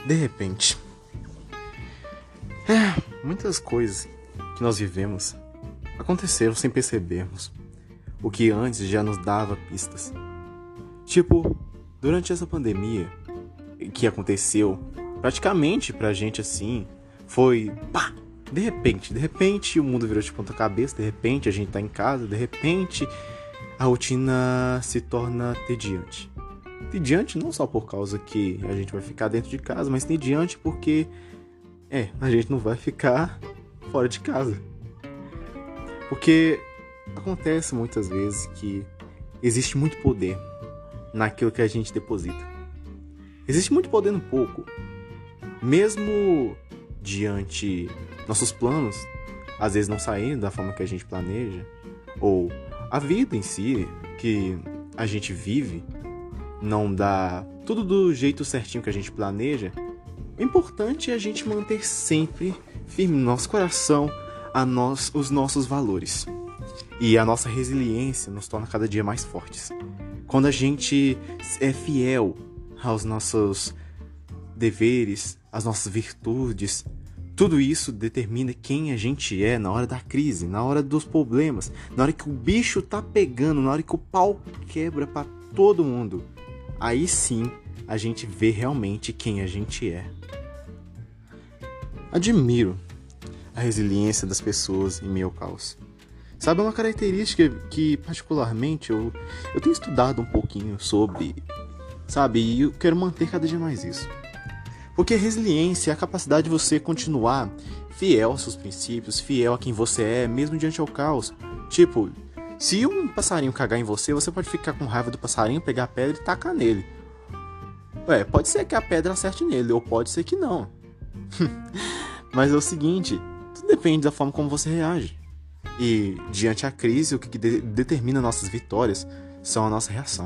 De repente, muitas coisas que nós vivemos aconteceram sem percebermos, o que antes já nos dava pistas. Tipo, durante essa pandemia que aconteceu, praticamente pra gente assim, foi pá! De repente o mundo virou de ponta cabeça, de repente a gente tá em casa, de repente a rotina se torna tediante. Tediante não só por causa que a gente vai ficar dentro de casa, mas tediante porque a gente não vai ficar fora de casa. Porque acontece muitas vezes que existe muito poder naquilo que a gente deposita. Existe muito poder no pouco. Mesmo diante nossos planos, às vezes não saindo da forma que a gente planeja, ou a vida em si, que a gente vive, não dá tudo do jeito certinho que a gente planeja, o importante é a gente manter sempre firme no nosso coração os nossos valores. E a nossa resiliência nos torna cada dia mais fortes. Quando a gente é fiel aos nossos deveres, às nossas virtudes, tudo isso determina quem a gente é na hora da crise, na hora dos problemas, na hora que o bicho tá pegando, na hora que o pau quebra pra todo mundo. Aí sim a gente vê realmente quem a gente é. Admiro a resiliência das pessoas em meio ao caos. Sabe, é uma característica que particularmente eu tenho estudado um pouquinho sobre, sabe, e eu quero manter cada dia mais isso. Porque resiliência é a capacidade de você continuar fiel aos seus princípios, fiel a quem você é, mesmo diante ao caos. Tipo, se um passarinho cagar em você, você pode ficar com raiva do passarinho, pegar a pedra e tacar nele. Pode ser que a pedra acerte nele, ou pode ser que não. Mas é o seguinte, tudo depende da forma como você reage. E diante da crise, o que determina nossas vitórias são a nossa reação.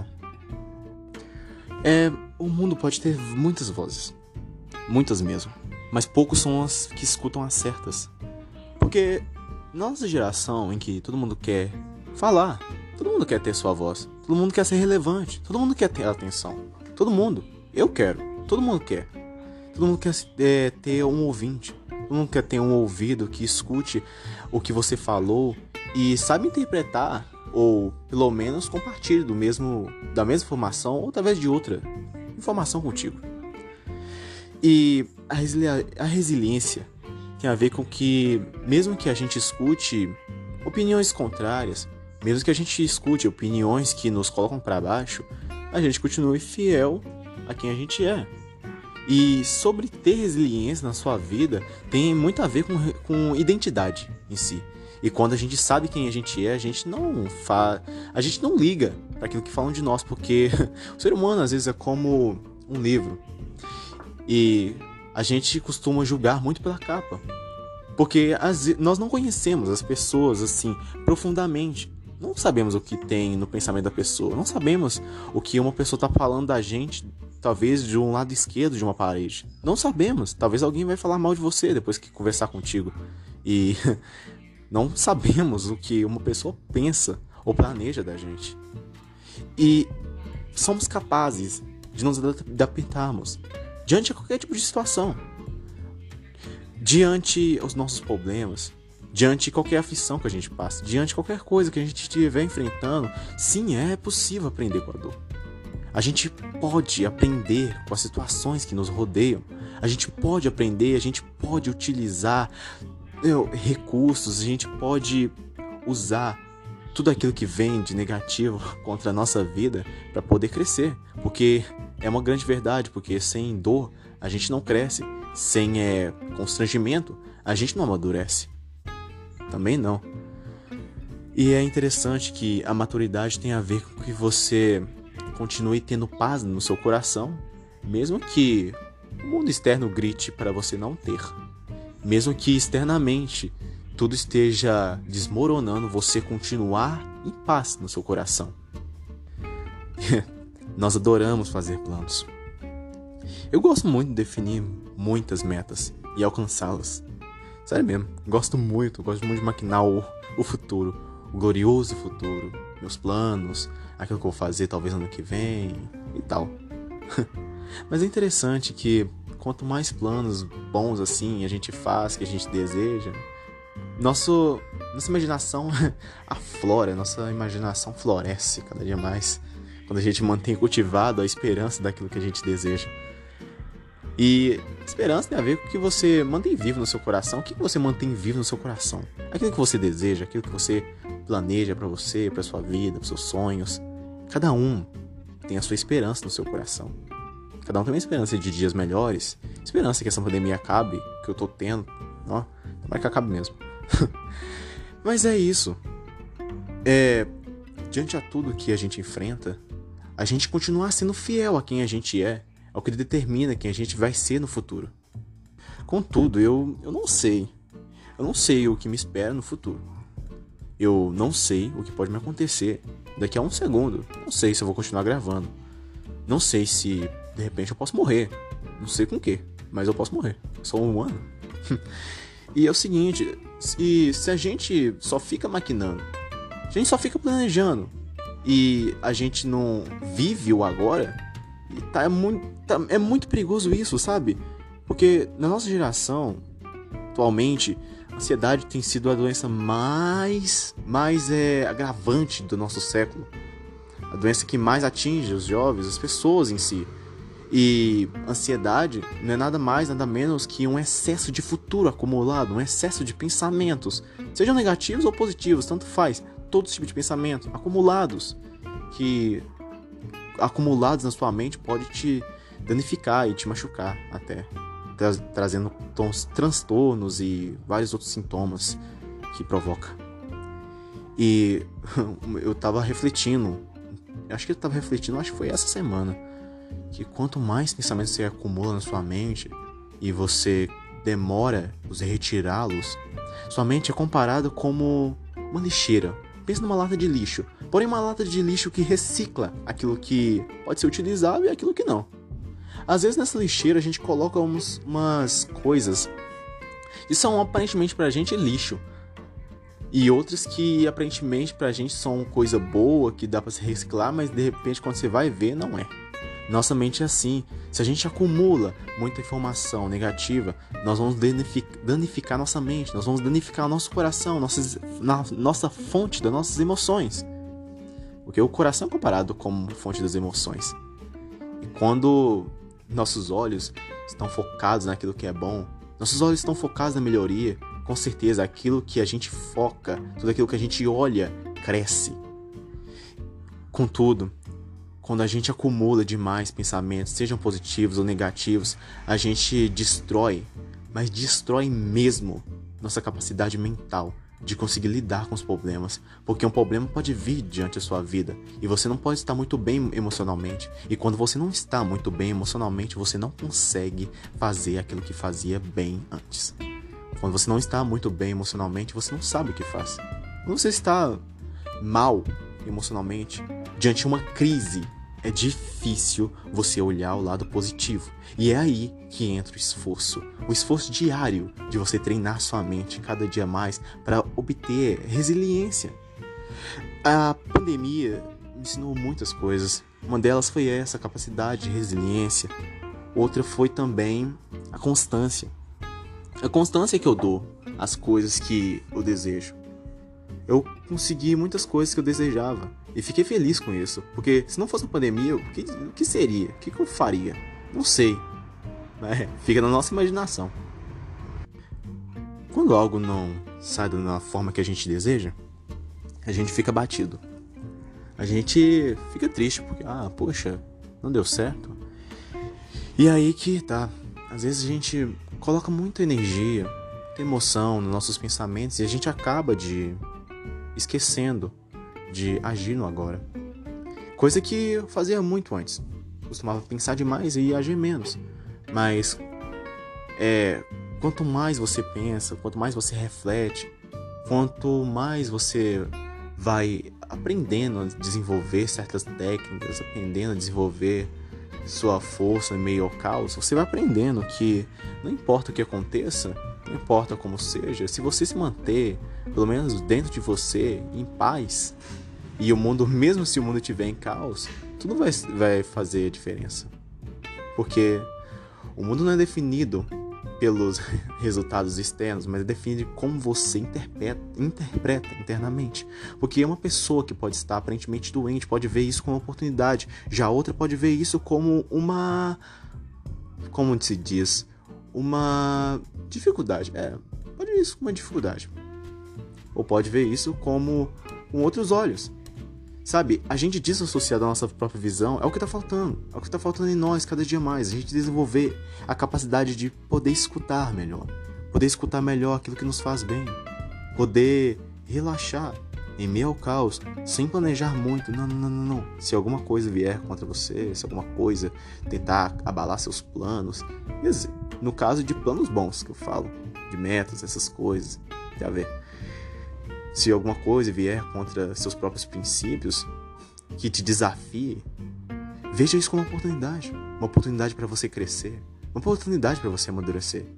O mundo pode ter muitas vozes, muitas mesmo, mas poucos são as que escutam as certas. Porque nossa geração, em que todo mundo quer falar, todo mundo quer ter sua voz, todo mundo quer ser relevante, todo mundo quer ter atenção, todo mundo, eu quero, todo mundo quer ter um ouvinte, todo mundo quer ter um ouvido que escute o que você falou e sabe interpretar, ou pelo menos compartilhe da mesma informação ou talvez de outra informação contigo. E a resiliência tem a ver com que, mesmo que a gente escute opiniões contrárias, mesmo que a gente escute opiniões que nos colocam para baixo, a gente continue fiel a quem a gente é. E sobre ter resiliência na sua vida tem muito a ver com identidade em si. E quando a gente sabe quem a gente é, a gente não liga para aquilo que falam de nós, porque o ser humano às vezes é como um livro. E a gente costuma julgar muito pela capa. Porque nós não conhecemos as pessoas assim profundamente. Não sabemos o que tem no pensamento da pessoa. Não sabemos o que uma pessoa está falando da gente, talvez de um lado esquerdo de uma parede. Não sabemos. Talvez alguém vai falar mal de você depois que conversar contigo. E não sabemos o que uma pessoa pensa ou planeja da gente. E somos capazes de nos adaptarmos diante de qualquer tipo de situação. Diante os nossos problemas, diante de qualquer aflição que a gente passa, diante de qualquer coisa que a gente estiver enfrentando, sim, é possível aprender com a dor. A gente pode aprender com as situações que nos rodeiam. A gente pode aprender, a gente pode utilizar recursos, a gente pode usar tudo aquilo que vem de negativo contra a nossa vida para poder crescer. Porque é uma grande verdade, porque sem dor a gente não cresce. Sem constrangimento, a gente não amadurece. Também não. E é interessante que a maturidade tem a ver com que você continue tendo paz no seu coração, mesmo que o mundo externo grite para você não ter. Mesmo que externamente tudo esteja desmoronando, você continuar em paz no seu coração. Nós adoramos fazer planos. Eu gosto muito de definir muitas metas e alcançá-las. Sério mesmo, gosto muito de maquinar o futuro, o glorioso futuro, meus planos, aquilo que eu vou fazer talvez ano que vem e tal. Mas é interessante que quanto mais planos bons assim a gente faz, que a gente deseja, nossa imaginação aflora, nossa imaginação floresce cada dia mais quando a gente mantém cultivado a esperança daquilo que a gente deseja. E esperança tem a ver com o que você mantém vivo no seu coração. O que você mantém vivo no seu coração? Aquilo que você deseja, aquilo que você planeja pra você, pra sua vida, pros seus sonhos. Cada um tem a sua esperança no seu coração. Cada um tem uma esperança de dias melhores. Esperança que essa pandemia acabe, que eu tô tendo. Ó, tomara que acabe mesmo. Mas é isso. Diante a tudo que a gente enfrenta, a gente continuar sendo fiel a quem a gente é o que determina quem a gente vai ser no futuro. Contudo, eu não sei. Eu não sei o que me espera no futuro. Eu não sei o que pode me acontecer daqui a um segundo. Não sei se eu vou continuar gravando. Não sei se, de repente, eu posso morrer. Não sei com o quê, mas eu posso morrer. Sou um humano. E é o seguinte, se a gente só fica maquinando, se a gente só fica planejando e a gente não vive o agora, é muito perigoso isso, sabe? Porque na nossa geração, atualmente, a ansiedade tem sido a doença mais agravante do nosso século. A doença que mais atinge os jovens, as pessoas em si. E ansiedade não é nada mais, nada menos que um excesso de futuro acumulado, um excesso de pensamentos, sejam negativos ou positivos, tanto faz, todo tipo de pensamento acumulados, que acumulados na sua mente pode te danificar e te machucar até, trazendo transtornos e vários outros sintomas que provoca. E eu tava refletindo, acho que foi essa semana, que quanto mais pensamentos você acumula na sua mente e você demora os retirá-los, sua mente é comparada como uma lixeira. Pensa numa lata de lixo, porém uma lata de lixo que recicla aquilo que pode ser utilizável e aquilo que não. Às vezes nessa lixeira a gente coloca umas coisas que são aparentemente pra gente lixo, e outras que aparentemente pra gente são coisa boa, que dá pra se reciclar, mas de repente quando você vai ver, não é. Nossa mente é assim. Se a gente acumula muita informação negativa, nós vamos danificar nossa mente, nós vamos danificar nosso coração, nossa fonte das nossas emoções. Porque o coração é comparado como fonte das emoções. E quando nossos olhos estão focados naquilo que é bom, nossos olhos estão focados na melhoria, com certeza aquilo que a gente foca, tudo aquilo que a gente olha, cresce. Contudo, quando a gente acumula demais pensamentos, sejam positivos ou negativos, a gente destrói, mas destrói mesmo nossa capacidade mental de conseguir lidar com os problemas, porque um problema pode vir diante da sua vida e você não pode estar muito bem emocionalmente, e quando você não está muito bem emocionalmente, você não consegue fazer aquilo que fazia bem antes. Quando você não está muito bem emocionalmente, você não sabe o que faz. Quando você está mal emocionalmente, diante de uma crise, é difícil você olhar o lado positivo. E é aí que entra o esforço diário de você treinar sua mente cada dia mais para obter resiliência. A pandemia me ensinou muitas coisas. Uma delas foi essa capacidade de resiliência. Outra foi também a constância. A constância que eu dou às coisas que eu desejo. Eu consegui muitas coisas que eu desejava e fiquei feliz com isso, porque se não fosse a pandemia, o que seria? O que eu faria? Não sei, mas fica na nossa imaginação. Quando algo não sai da forma que a gente deseja, a gente fica abatido. A gente fica triste, porque, poxa, não deu certo. E aí que tá, às vezes a gente coloca muita energia, muita emoção nos nossos pensamentos e a gente acaba esquecendo de agir no agora. Coisa que eu fazia muito antes. Costumava pensar demais e agir menos. Mas quanto mais você pensa, quanto mais você reflete, quanto mais você vai aprendendo a desenvolver certas técnicas, aprendendo a desenvolver sua força em meio ao caos, você vai aprendendo que não importa o que aconteça, não importa como seja, se você se manter, pelo menos dentro de você, em paz, e o mundo, mesmo se o mundo estiver em caos, tudo vai fazer diferença. Porque O mundo não é definido pelos resultados externos, mas é definido como você interpreta internamente. Porque uma pessoa que pode estar aparentemente doente pode ver isso como uma oportunidade, já outra pode ver isso como como se diz, uma dificuldade. Pode ver isso como uma dificuldade. Ou pode ver isso como com outros olhos. Sabe, a gente desassociar da nossa própria visão é o que tá faltando. É o que tá faltando em nós cada dia mais. A gente desenvolver a capacidade de poder escutar melhor. Poder escutar melhor aquilo que nos faz bem. Poder relaxar em meio ao caos, sem planejar muito. Não. Se alguma coisa vier contra você, se alguma coisa tentar abalar seus planos. Quer dizer, no caso de planos bons que eu falo, de metas, essas coisas, tem a ver. Se alguma coisa vier contra seus próprios princípios, que te desafie, veja isso como uma oportunidade para você crescer, uma oportunidade para você amadurecer.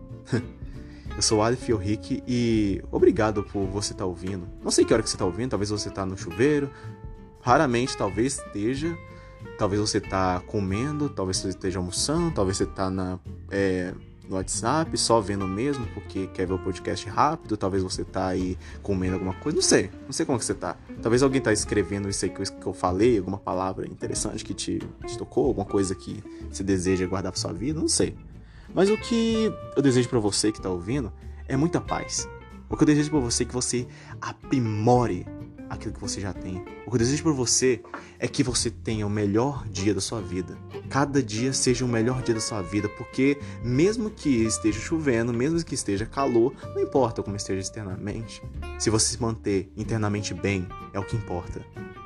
Eu sou o Aleph Yohiki e obrigado por você estar ouvindo. Não sei que hora que você está ouvindo, talvez você está no chuveiro, raramente talvez esteja, talvez você está comendo, talvez você esteja almoçando, talvez você está no WhatsApp, só vendo mesmo, porque quer ver o podcast rápido, talvez você tá aí comendo alguma coisa, não sei como que você tá. Talvez alguém tá escrevendo isso aí que eu falei, alguma palavra interessante que te tocou, alguma coisa que você deseja guardar pra sua vida, não sei. Mas o que eu desejo pra você que tá ouvindo é muita paz. O que eu desejo pra você é que você aprimore aquilo que você já tem. O que eu desejo pra você é que você tenha o melhor dia da sua vida. Cada dia seja o melhor dia da sua vida, porque mesmo que esteja chovendo, mesmo que esteja calor, não importa como esteja externamente. Se você se manter internamente bem, é o que importa.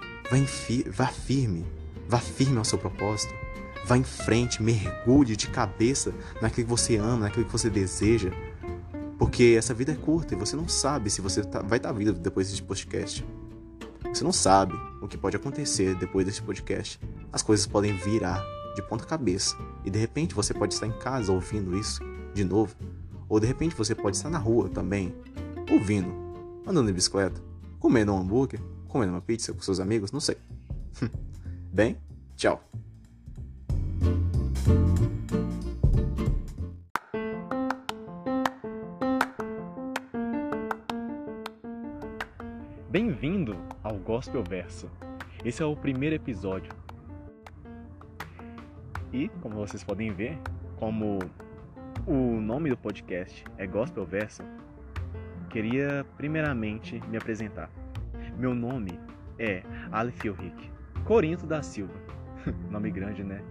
Vá firme ao seu propósito. Vá em frente, mergulhe de cabeça naquilo que você ama, naquilo que você deseja. Porque essa vida é curta e você não sabe se você vai estar vivo depois desse podcast. Você não sabe o que pode acontecer depois desse podcast. As coisas podem virar de ponta cabeça. E de repente você pode estar em casa ouvindo isso de novo. Ou de repente você pode estar na rua também, ouvindo, andando de bicicleta, comendo um hambúrguer, comendo uma pizza com seus amigos, não sei. Bem, tchau. Bem-vindo ao Gospel Verso. Esse é o primeiro episódio. E, como vocês podem ver, como o nome do podcast é Gospel Verso, queria primeiramente me apresentar. Meu nome é Aleph Yohiki Corinto da Silva. Nome grande, né?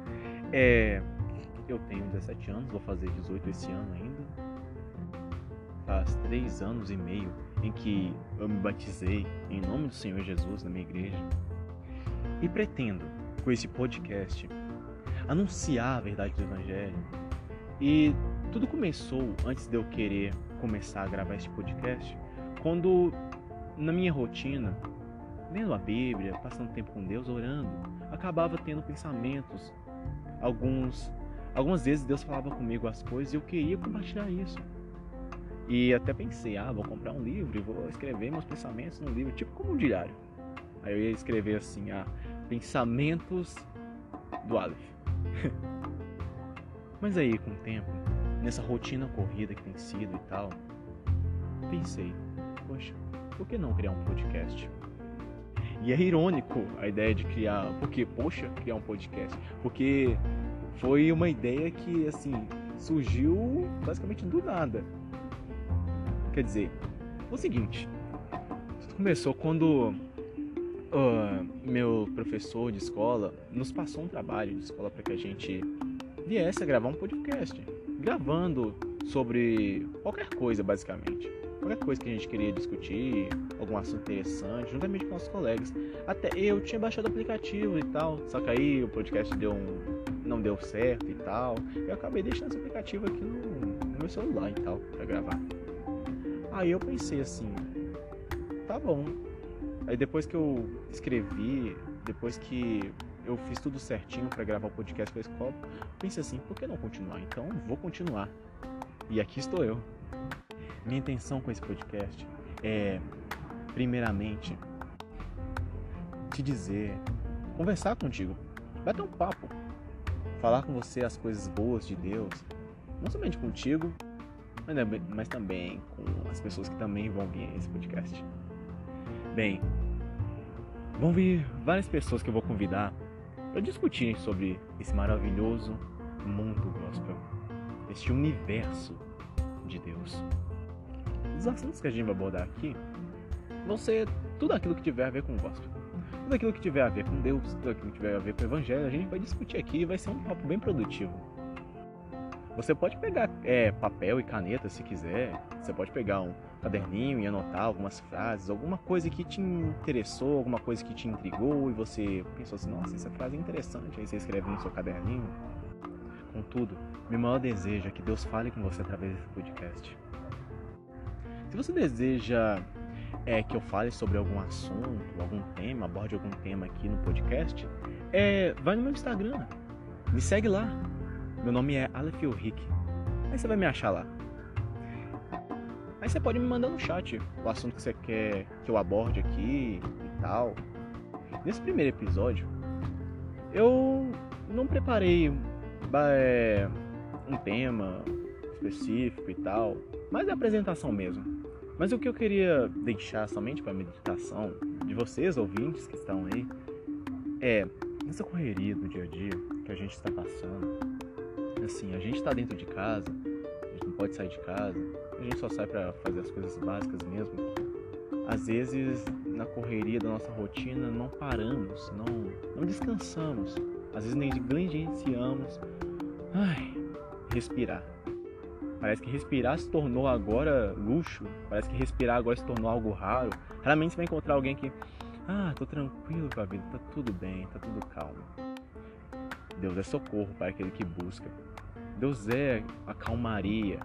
Eu tenho 17 anos, vou fazer 18 esse ano ainda. Faz 3 anos e meio em que eu me batizei em nome do Senhor Jesus na minha igreja. E pretendo, com esse podcast, anunciar a verdade do Evangelho. E tudo começou antes de eu querer começar a gravar este podcast, quando na minha rotina, lendo a Bíblia, passando tempo com Deus, orando, acabava tendo pensamentos. Algumas vezes Deus falava comigo as coisas e eu queria compartilhar isso. E até pensei, vou comprar um livro e vou escrever meus pensamentos no livro, tipo como um diário. Aí eu ia escrever assim, pensamentos do Aleph. Mas aí, com o tempo, nessa rotina corrida que tem sido e tal, pensei, poxa, por que não criar um podcast? E é irônico a ideia de criar, criar um podcast? Porque foi uma ideia que, assim, surgiu basicamente do nada. Quer dizer, o seguinte, tudo começou quando meu professor de escola nos passou um trabalho de escola para que a gente viesse a gravar um podcast, gravando sobre qualquer coisa, basicamente. Qualquer coisa que a gente queria discutir, algum assunto interessante, juntamente com nossos colegas. Até eu tinha baixado o aplicativo e tal, só que aí o podcast não deu certo e tal. Eu acabei deixando esse aplicativo aqui no meu celular e tal, para gravar. Aí eu pensei assim, tá bom. Aí depois que eu escrevi, depois que eu fiz tudo certinho para gravar o podcast com a escola, pensei assim, por que não continuar? Então vou continuar. E aqui estou eu. Minha intenção com esse podcast é, primeiramente, te dizer, conversar contigo, bater um papo, falar com você as coisas boas de Deus, não somente contigo, mas também com as pessoas que também vão vir a esse podcast. Bem, vão vir várias pessoas que eu vou convidar para discutir sobre esse maravilhoso mundo gospel, este universo de Deus. Os assuntos que a gente vai abordar aqui vão ser tudo aquilo que tiver a ver com o gospel, tudo aquilo que tiver a ver com Deus, tudo aquilo que tiver a ver com o evangelho. A gente vai discutir aqui e vai ser um papo bem produtivo. Você pode pegar papel e caneta se quiser, você pode pegar um caderninho e anotar algumas frases, alguma coisa que te interessou, alguma coisa que te intrigou e você pensou assim, nossa, essa frase é interessante, aí você escreve no seu caderninho. Contudo, meu maior desejo é que Deus fale com você através desse podcast. Se você deseja que eu fale sobre algum assunto, algum tema, aborde algum tema aqui no podcast, vai no meu Instagram, me segue lá. Meu nome é Aleph Ulrich. Aí você vai me achar lá. Aí você pode me mandar no chat o assunto que você quer que eu aborde aqui e tal. Nesse primeiro episódio, eu não preparei um tema específico e tal, mas é apresentação mesmo. Mas o que eu queria deixar somente para a meditação de vocês, ouvintes que estão aí, nessa correria do dia a dia que a gente está passando. Assim, a gente está dentro de casa, a gente não pode sair de casa, a gente só sai para fazer as coisas básicas mesmo. Às vezes, na correria da nossa rotina, não paramos, não descansamos. Às vezes negligenciamos respirar. Parece que respirar se tornou agora luxo, parece que respirar agora se tornou algo raro. Raramente você vai encontrar alguém que, tô tranquilo com a vida, tá tudo bem, tá tudo calmo. Deus é socorro para aquele que busca. Deus é a calmaria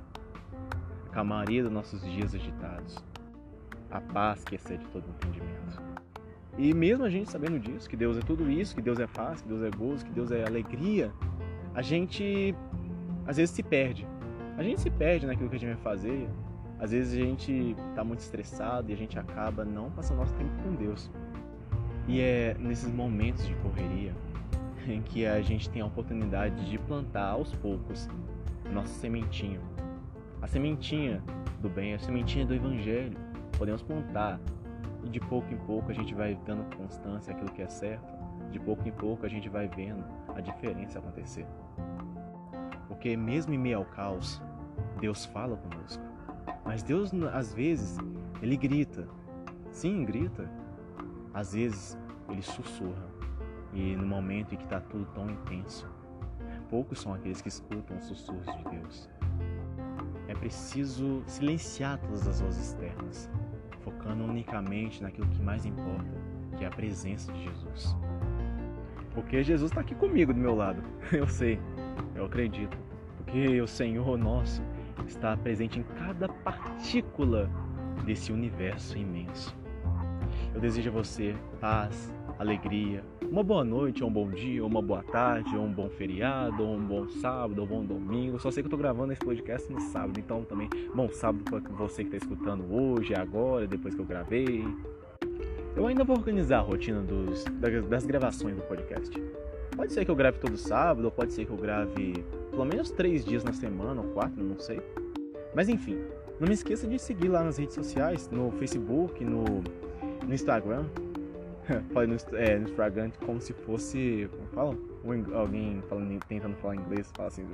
dos nossos dias agitados, a paz que excede todo entendimento. E mesmo a gente sabendo disso, que Deus é tudo isso, que Deus é paz, que Deus é gozo, que Deus é alegria, a gente às vezes se perde. A gente se perde naquilo que a gente vai fazer. Às vezes a gente está muito estressado e a gente acaba não passando nosso tempo com Deus. E é nesses momentos de correria em que a gente tem a oportunidade de plantar aos poucos a nossa sementinha. A sementinha do bem, a sementinha do evangelho. Podemos plantar e de pouco em pouco a gente vai dando constância àquilo que é certo. De pouco em pouco a gente vai vendo a diferença acontecer. Porque mesmo em meio ao caos, Deus fala conosco. Mas Deus, às vezes, Ele grita. Sim, grita. Às vezes, Ele sussurra. E no momento em que está tudo tão intenso, poucos são aqueles que escutam os sussurros de Deus. É preciso silenciar todas as vozes externas, focando unicamente naquilo que mais importa, que é a presença de Jesus. Porque Jesus está aqui comigo do meu lado. Eu sei, eu acredito. Porque o Senhor nosso está presente em cada partícula desse universo imenso. Eu desejo a você paz, alegria, uma boa noite, ou um bom dia, ou uma boa tarde, ou um bom feriado, ou um bom sábado, ou um bom domingo. Só sei que eu estou gravando esse podcast no sábado, então também bom sábado para você que está escutando hoje, agora, depois que eu gravei. Eu ainda vou organizar a rotina das gravações do podcast. Pode ser que eu grave todo sábado, ou pode ser que eu grave pelo menos 3 dias na semana, ou 4, não sei. Mas enfim, não me esqueça de seguir lá nas redes sociais, no Facebook, no Instagram. Falei no Instagram como se fosse, como fala? Alguém tentando falar inglês, fala assim,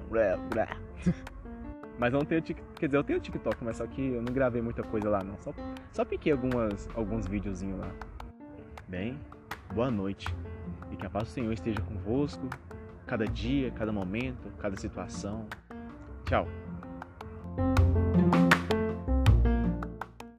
mas não tenho TikTok, quer dizer, eu tenho TikTok, mas só que eu não gravei muita coisa lá não, só piquei alguns videozinhos lá. Bem, boa noite, e que a paz do Senhor esteja convosco, cada dia, cada momento, cada situação. Tchau.